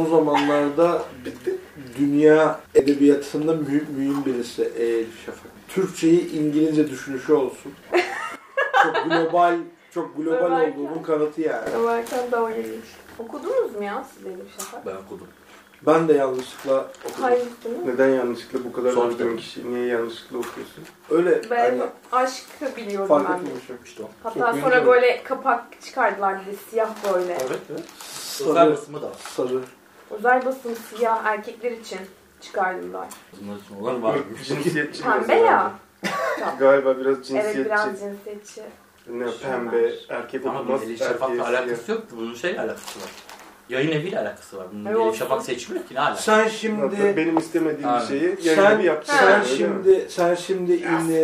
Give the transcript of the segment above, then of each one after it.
son zamanlarda dünya edebiyatında mühim birisi Elif Şafak. Türkçeyi İngilizce düşünüşü olsun. Çok global olduğunun kanıtı yani. Ömerken daha iyiymiş. Okudunuz mu ya siz Elif Şafak? Ben okudum. Ben de yanlışlıkla okudum. Hangisini? Neden yanlışlıkla bu kadar Son bildiğin kitap. kişi niye yanlışlıkla okuyorsun? Öyle Ben hani aşkı biliyorum fark ben de. etmemişim. İşte o. Hatta Çok sonra iyi. böyle kapak çıkardılar bir de siyah böyle. Evet. Özel basımı da var. Sarı. Özel basım siyah erkekler için çıkardılar. Bunlar için olan var. Cinsiyetçi Pembe biraz ya. herhalde. Galiba biraz cinsiyetçi. Evet biraz cinsiyetçi. Ne pembe, erkek Ama okumaz, bunun Elif erkeğe Şafak'la siyah. alakası yok ki. Bunun şeyle alakası var. Yayın eviyle alakası var. Bunun Evet, Elif olsun. Şafak seçmiyor ki ne alakası? Sen şimdi Benim istemediğim Aynen. şeyi sen yayın evi yapacak. sen öyle mi? şimdi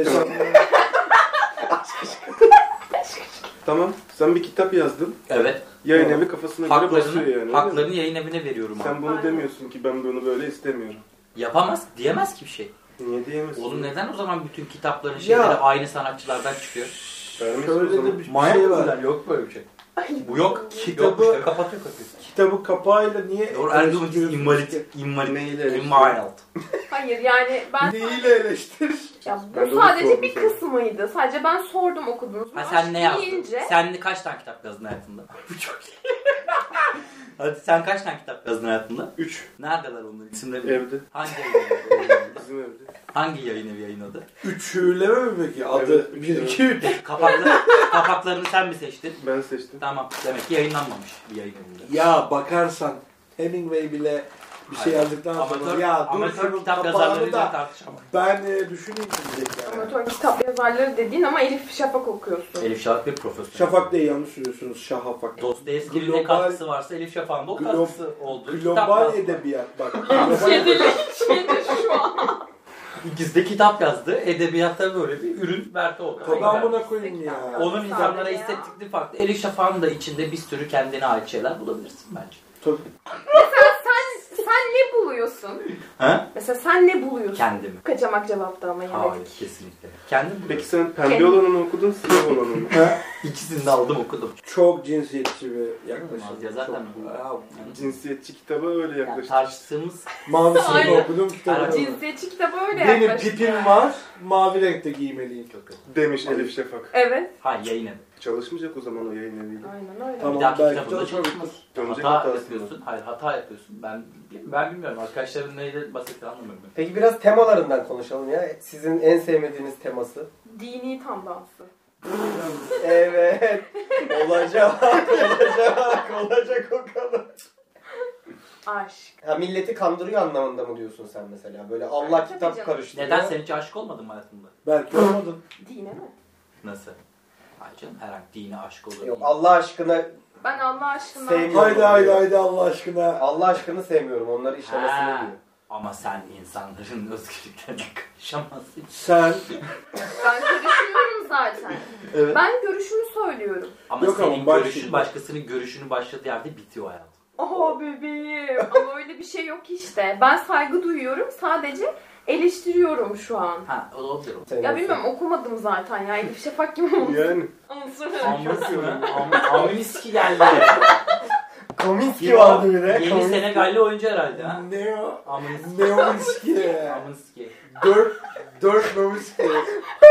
Tamam, sen bir kitap yazdın. Evet. Yayın evi kafasına göre basıyor yani. öyle mi? Haklarını yayın evine veriyorum abi. Sen bunu Aynen. demiyorsun ki ben bunu böyle istemiyorum. Yapamaz, diyemez ki bir şey. Niye diyemezsin? Oğlum neden o zaman bütün kitapların şeyleri aynı sanatçılardan çıkıyor? Vermiş o şöyle zaman. de bir Manyak şey mısın var. sen? Yok böyle bir şey. Bu yok. Kitabı- Yok işte kapatıyor kapıyı. Kitabı kapağıyla niye Doğru, argument is eleştiriyorsun? invalid. Neyle eleştiriyor? Invalid. Hayır yani ben... Neyle eleştir? Ya Ben de bu onu sadece sordum bir sana. kısmıydı. Sadece ben sordum okudunuz mu? Ha sen ne yazdın? Deyince, Sen kaç tane kitap yazdın hayatında? Bu çok iyi. Hadi sen kaç tane kitap yazdın hayatında? 3 Neredeler onların isimleri? evde. Hangi yayın evi? Bizim evde. Hangi yayın evi yayınladı? Üçüyleme mi peki? Adı Evet, 1, 2, 3. Kapaklarını sen mi seçtin? Ben seçtim. Tamam. Demek ki yayınlanmamış bir yayın evinde. Ya bakarsan Hemingway bile bir şey Hayır. yazdıktan sonra Amatör, ya dur amatör şunun kitap kapağını yazarlarıyla da tartışamam. ben düşüneyim diyecek yani. amatör kitap yazarları dediğin ama Elif Şafak okuyorsun. Elif Şafak bir profesyonel. Şafak diye yanlış söylüyorsunuz. Şahafak. Dostoyevski'nin ne Global- katkısı varsa Elif Şafak'ın da o katkısı olduğu kitap Global yazdı. edebiyat bak. Global Şeydir şu an. İkisi de kitap yazdı. Edebiyatta böyle bir ürün verdi o. Ben buna koyayım ya. Onun insanlara Sadece ya. hissettikleri farklı. Elif Şafak'ın da içinde bir sürü kendine ait şeyler bulabilirsin bence. Tabii. Sen ne buluyorsun? Ha? Mesela sen ne buluyorsun? Kendimi. Kaçamak cevaptı ama Hayır yemedik. kesinlikle. Kendim mi? Peki sen pembe olanını okudun, siyah olanını mı? İkisini de aldım okudum. Çok cinsiyetçi bir yaklaşım. Ya zaten Çok- bu- Ya, Cinsiyetçi kitaba öyle Yani yaklaştık. tartıştığımız Mavisini Aynen. okudum kitabını. Cinsiyetçi kitabı öyle Benim yaklaştı. pipim var, mavi renkte giymeliyim. çok kötü. Demiş Elif Şafak. Evet. Hayır yayın evi. Çalışmayacak o zaman o yayın eviyle. Aynen öyle. Tamam. Bir dahaki belki kitabında çalışabilir. çalışmaz. Dönecek Hata hatasını. yapıyorsun. Hayır hata yapıyorsun. Ben bilmiyorum. Arkadaşların neyle bahsettiğini anlamıyorum. Peki biraz temalarından konuşalım ya. Sizin en sevmediğiniz teması. Dini tam dansı. Evet. Olacak o kadar. Aşk. Ha, milleti kandırıyor anlamında mı diyorsun sen mesela? Böyle Allah Tabii kitap canım. karıştırıyor. Neden sen hiç aşık olmadın mı hayatında? Belki olmadın. Dine mi? Nasıl? Hayır canım herhangi dine aşık olur. Yok Allah aşkına Ben Allah aşkına... Sevmiyorum. Haydi Allah aşkına. Allah aşkını sevmiyorum. Onları işlemesini Ha. diyor. Ama sen insanların özgürlüklerine karışamazsın. Sen Ben görüşmüyorum zaten. Evet. Ben görüşümü söylüyorum. Ama Yok senin ama bak görüşün şimdi. başkasının görüşünü başladığı yerde bitiyor hayat. Oho bebeğim. Ama öyle bir şey yok işte. Ben saygı duyuyorum. Sadece eleştiriyorum şu an. Ha o da olabilir. Ya bilmiyorum okumadım zaten ya. Elif Şafak gibi olmuş. Yani Amınsı mı? Aminiski geldi. Kominski vardı bir de. Yeni Kominski. Senegalli oyuncu herhalde ha. Neo Aminiski. Neominski. Aminiski. Dört Noviski.